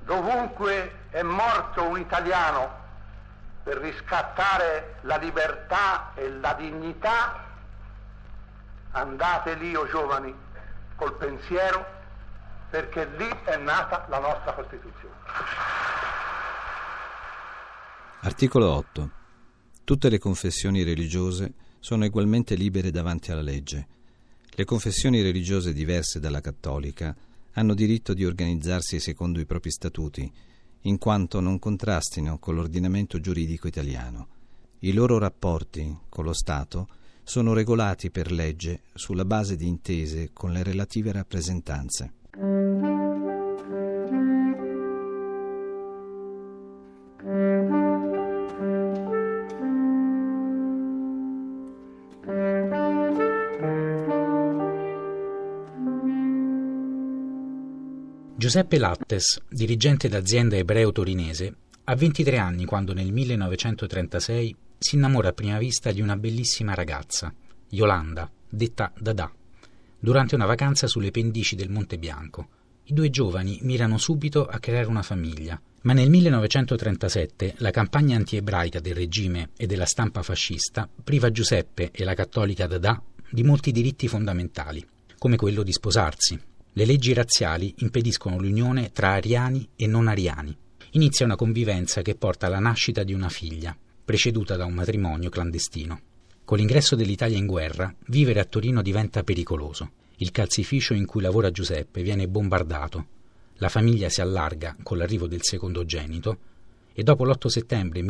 Dovunque è morto un italiano per riscattare la libertà e la dignità, andate lì, o giovani, col pensiero, perché lì è nata la nostra Costituzione. Articolo 8. Tutte le confessioni religiose sono ugualmente libere davanti alla legge. Le confessioni religiose diverse dalla cattolica hanno diritto di organizzarsi secondo i propri statuti, in quanto non contrastino con l'ordinamento giuridico italiano. I loro rapporti con lo Stato sono regolati per legge sulla base di intese con le relative rappresentanze. Giuseppe Lattes, dirigente d'azienda ebreo torinese, ha 23 anni quando nel 1936 si innamora a prima vista di una bellissima ragazza, Yolanda, detta Dada, durante una vacanza sulle pendici del Monte Bianco. I due giovani mirano subito a creare una famiglia, ma nel 1937 la campagna antiebraica del regime e della stampa fascista priva Giuseppe e la cattolica Dada di molti diritti fondamentali, come quello di sposarsi. Le leggi razziali impediscono l'unione tra ariani e non ariani. Inizia una convivenza che porta alla nascita di una figlia, preceduta da un matrimonio clandestino. Con l'ingresso dell'Italia in guerra, vivere a Torino diventa pericoloso. Il calzificio in cui lavora Giuseppe viene bombardato. La famiglia si allarga con l'arrivo del secondogenito e dopo l'8 settembre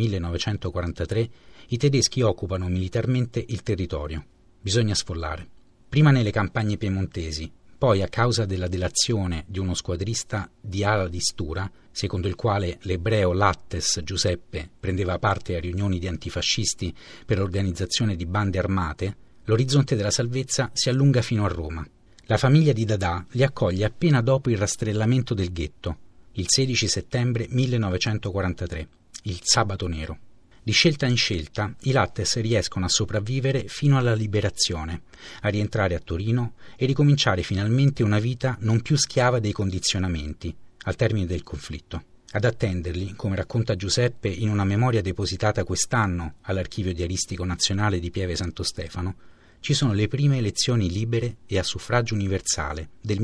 1943 i tedeschi occupano militarmente il territorio. Bisogna sfollare. Prima nelle campagne piemontesi, poi a causa della delazione di uno squadrista di ala di Stura, secondo il quale l'ebreo Lattes Giuseppe prendeva parte a riunioni di antifascisti per l'organizzazione di bande armate, l'orizzonte della salvezza si allunga fino a Roma. La famiglia di Dada li accoglie appena dopo il rastrellamento del ghetto, il 16 settembre 1943, il Sabato Nero. Di scelta in scelta, i Lattes riescono a sopravvivere fino alla liberazione, a rientrare a Torino e ricominciare finalmente una vita non più schiava dei condizionamenti, al termine del conflitto. Ad attenderli, come racconta Giuseppe in una memoria depositata quest'anno all'Archivio Diaristico Nazionale di Pieve Santo Stefano, ci sono le prime elezioni libere e a suffragio universale del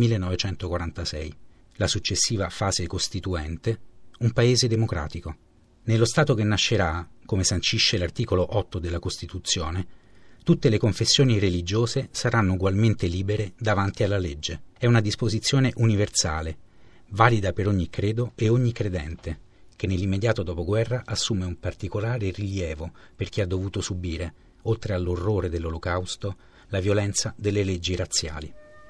1946, la successiva fase costituente, un paese democratico. Nello Stato che nascerà, come sancisce l'articolo 8 della Costituzione, tutte le confessioni religiose saranno ugualmente libere davanti alla legge. È una disposizione universale, valida per ogni credo e ogni credente, che nell'immediato dopoguerra assume un particolare rilievo per chi ha dovuto subire, oltre all'orrore dell'Olocausto, la violenza delle leggi razziali.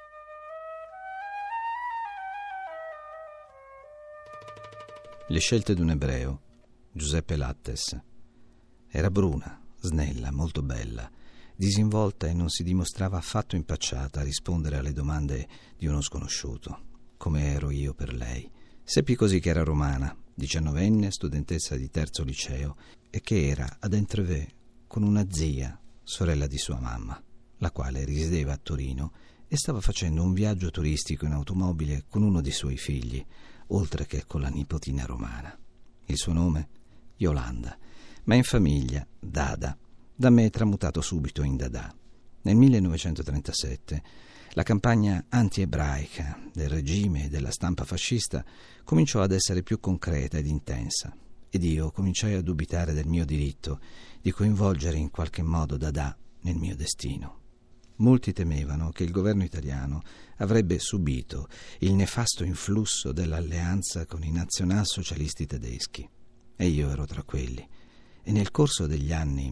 Le scelte di un ebreo, Giuseppe Lattes. Era bruna, snella, molto bella, disinvolta e non si dimostrava affatto impacciata a rispondere alle domande di uno sconosciuto, come ero io per lei. Seppi così che era romana, 19enne, studentessa di terzo liceo, e che era ad Entreveux con una zia, sorella di sua mamma, la quale risiedeva a Torino e stava facendo un viaggio turistico in automobile con uno dei suoi figli, oltre che con la nipotina romana. Il suo nome? Yolanda, ma in famiglia Dada, da me tramutato subito in Dada. Nel 1937 la campagna anti-ebraica del regime e della stampa fascista cominciò ad essere più concreta ed intensa, ed io cominciai a dubitare del mio diritto di coinvolgere in qualche modo Dada nel mio destino. Molti temevano che il governo italiano avrebbe subito il nefasto influsso dell'alleanza con i nazionalsocialisti tedeschi, e io ero tra quelli. E nel corso degli anni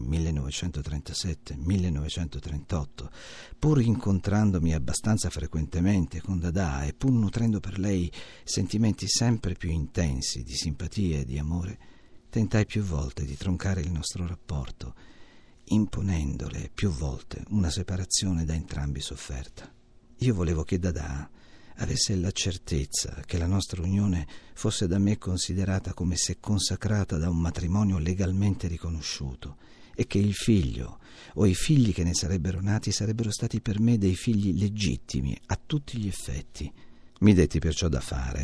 1937-1938, pur incontrandomi abbastanza frequentemente con Dada e pur nutrendo per lei sentimenti sempre più intensi di simpatia e di amore, tentai più volte di troncare il nostro rapporto, imponendole più volte una separazione da entrambi sofferta. Io volevo che Dada avesse la certezza che la nostra unione fosse da me considerata come se consacrata da un matrimonio legalmente riconosciuto e che il figlio o i figli che ne sarebbero nati sarebbero stati per me dei figli legittimi a tutti gli effetti. Mi detti perciò da fare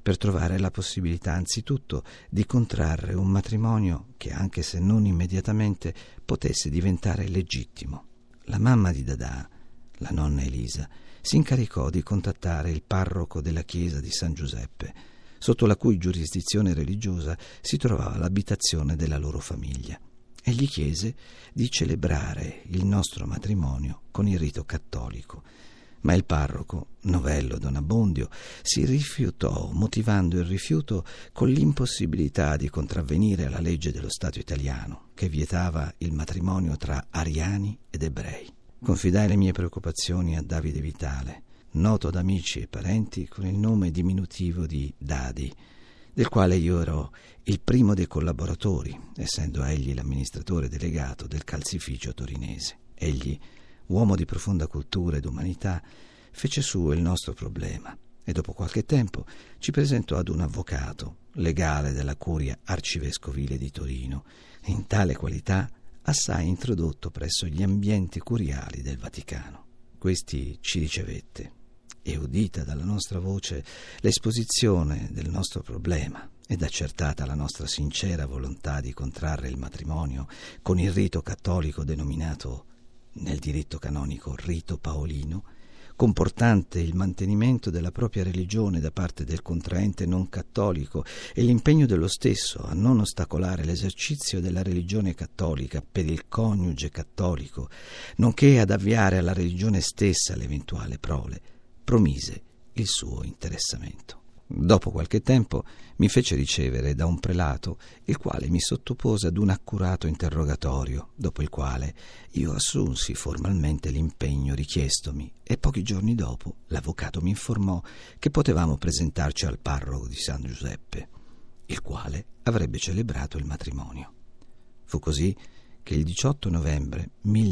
per trovare la possibilità anzitutto di contrarre un matrimonio che, anche se non immediatamente, potesse diventare legittimo. La mamma di Dada, la nonna Elisa, si incaricò di contattare il parroco della chiesa di San Giuseppe, sotto la cui giurisdizione religiosa si trovava l'abitazione della loro famiglia, e gli chiese di celebrare il nostro matrimonio con il rito cattolico. Ma il parroco, Novello Don Abbondio, si rifiutò, motivando il rifiuto con l'impossibilità di contravvenire alla legge dello Stato italiano, che vietava il matrimonio tra ariani ed ebrei. Confidai le mie preoccupazioni a Davide Vitale, noto ad amici e parenti con il nome diminutivo di Dadi, del quale io ero il primo dei collaboratori, essendo egli l'amministratore delegato del calzificio torinese. Egli, uomo di profonda cultura ed umanità, fece suo il nostro problema e dopo qualche tempo ci presentò ad un avvocato, legale della curia arcivescovile di Torino, e in tale qualità assai introdotto presso gli ambienti curiali del Vaticano. Questi ci ricevette e, udita dalla nostra voce l'esposizione del nostro problema ed accertata la nostra sincera volontà di contrarre il matrimonio con il rito cattolico denominato nel diritto canonico rito paolino, comportante il mantenimento della propria religione da parte del contraente non cattolico e l'impegno dello stesso a non ostacolare l'esercizio della religione cattolica per il coniuge cattolico, nonché ad avviare alla religione stessa l'eventuale prole, promise il suo interessamento. Dopo qualche tempo mi fece ricevere da un prelato, il quale mi sottopose ad un accurato interrogatorio, dopo il quale io assunsi formalmente l'impegno richiestomi e pochi giorni dopo l'avvocato mi informò che potevamo presentarci al parroco di San Giuseppe, il quale avrebbe celebrato il matrimonio. Fu così che il 18 novembre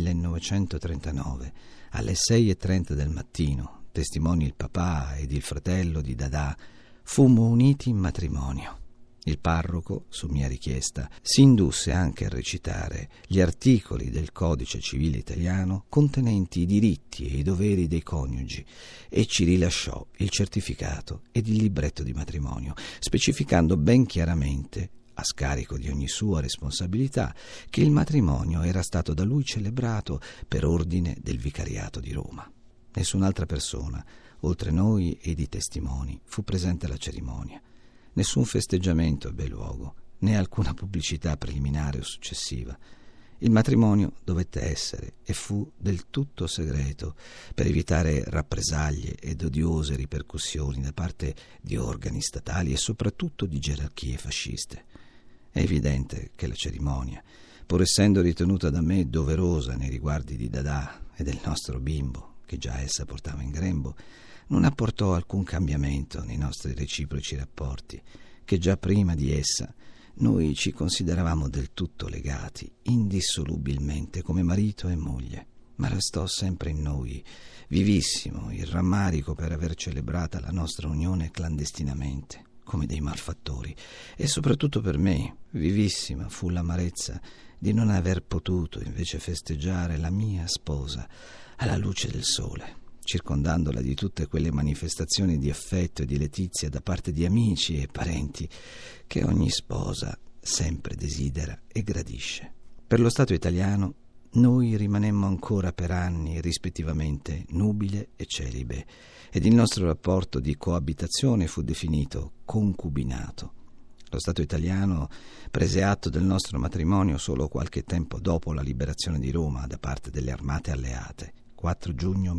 1939, alle 6:30 del mattino, testimoni il papà ed il fratello di Dada, fummo uniti in matrimonio. Il parroco, su mia richiesta, si indusse anche a recitare gli articoli del Codice Civile Italiano contenenti i diritti e i doveri dei coniugi e ci rilasciò il certificato ed il libretto di matrimonio, specificando ben chiaramente, a scarico di ogni sua responsabilità, che il matrimonio era stato da lui celebrato per ordine del Vicariato di Roma. Nessun'altra persona, oltre noi ed i testimoni, fu presente alla cerimonia. Nessun festeggiamento ebbe luogo, né alcuna pubblicità preliminare o successiva. Il matrimonio dovette essere e fu del tutto segreto per evitare rappresaglie ed odiose ripercussioni da parte di organi statali e soprattutto di gerarchie fasciste. È evidente che la cerimonia, pur essendo ritenuta da me doverosa nei riguardi di Dada e del nostro bimbo, che già essa portava in grembo, non apportò alcun cambiamento nei nostri reciproci rapporti, che già prima di essa noi ci consideravamo del tutto legati, indissolubilmente come marito e moglie. Ma restò sempre in noi, vivissimo, il rammarico per aver celebrata la nostra unione clandestinamente, come dei malfattori, e soprattutto per me, vivissima fu l'amarezza di non aver potuto invece festeggiare la mia sposa alla luce del sole, circondandola di tutte quelle manifestazioni di affetto e di letizia da parte di amici e parenti che ogni sposa sempre desidera e gradisce. Per lo Stato italiano noi rimanemmo ancora per anni rispettivamente nubile e celibe, ed il nostro rapporto di coabitazione fu definito concubinato. Lo Stato italiano prese atto del nostro matrimonio solo qualche tempo dopo la liberazione di Roma da parte delle armate alleate, 4 giugno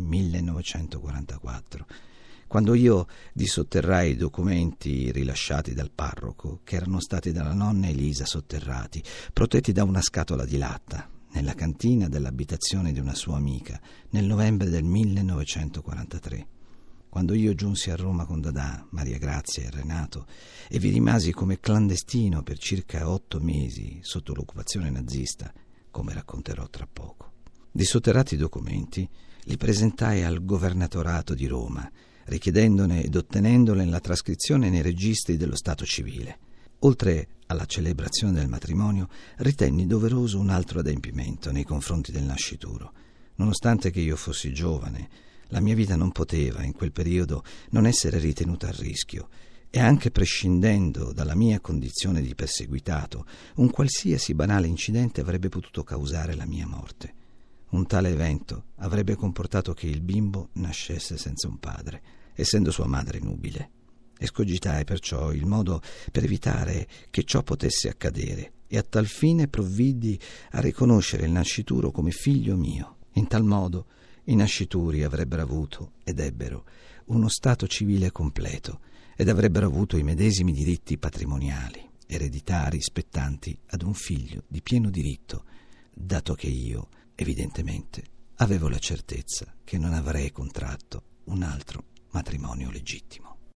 1944, quando io dissotterrai i documenti rilasciati dal parroco, che erano stati dalla nonna Elisa sotterrati, protetti da una scatola di latta, nella cantina dell'abitazione di una sua amica, nel novembre del 1943. Quando io giunsi a Roma con Dada, Maria Grazia e Renato, e vi rimasi come clandestino per circa 8 mesi sotto l'occupazione nazista, come racconterò tra poco. Dissotterrati i documenti, li presentai al governatorato di Roma, richiedendone ed ottenendone la trascrizione nei registri dello Stato civile. Oltre alla celebrazione del matrimonio, ritenni doveroso un altro adempimento nei confronti del nascituro. Nonostante che io fossi giovane, la mia vita non poteva, in quel periodo, non essere ritenuta a rischio, e anche prescindendo dalla mia condizione di perseguitato, un qualsiasi banale incidente avrebbe potuto causare la mia morte. Un tale evento avrebbe comportato che il bimbo nascesse senza un padre, essendo sua madre nubile. Escogitai perciò il modo per evitare che ciò potesse accadere e a tal fine provvidi a riconoscere il nascituro come figlio mio. In tal modo i nascituri avrebbero avuto ed ebbero uno stato civile completo ed avrebbero avuto i medesimi diritti patrimoniali, ereditari, spettanti ad un figlio di pieno diritto, dato che io, evidentemente, avevo la certezza che non avrei contratto un altro matrimonio legittimo.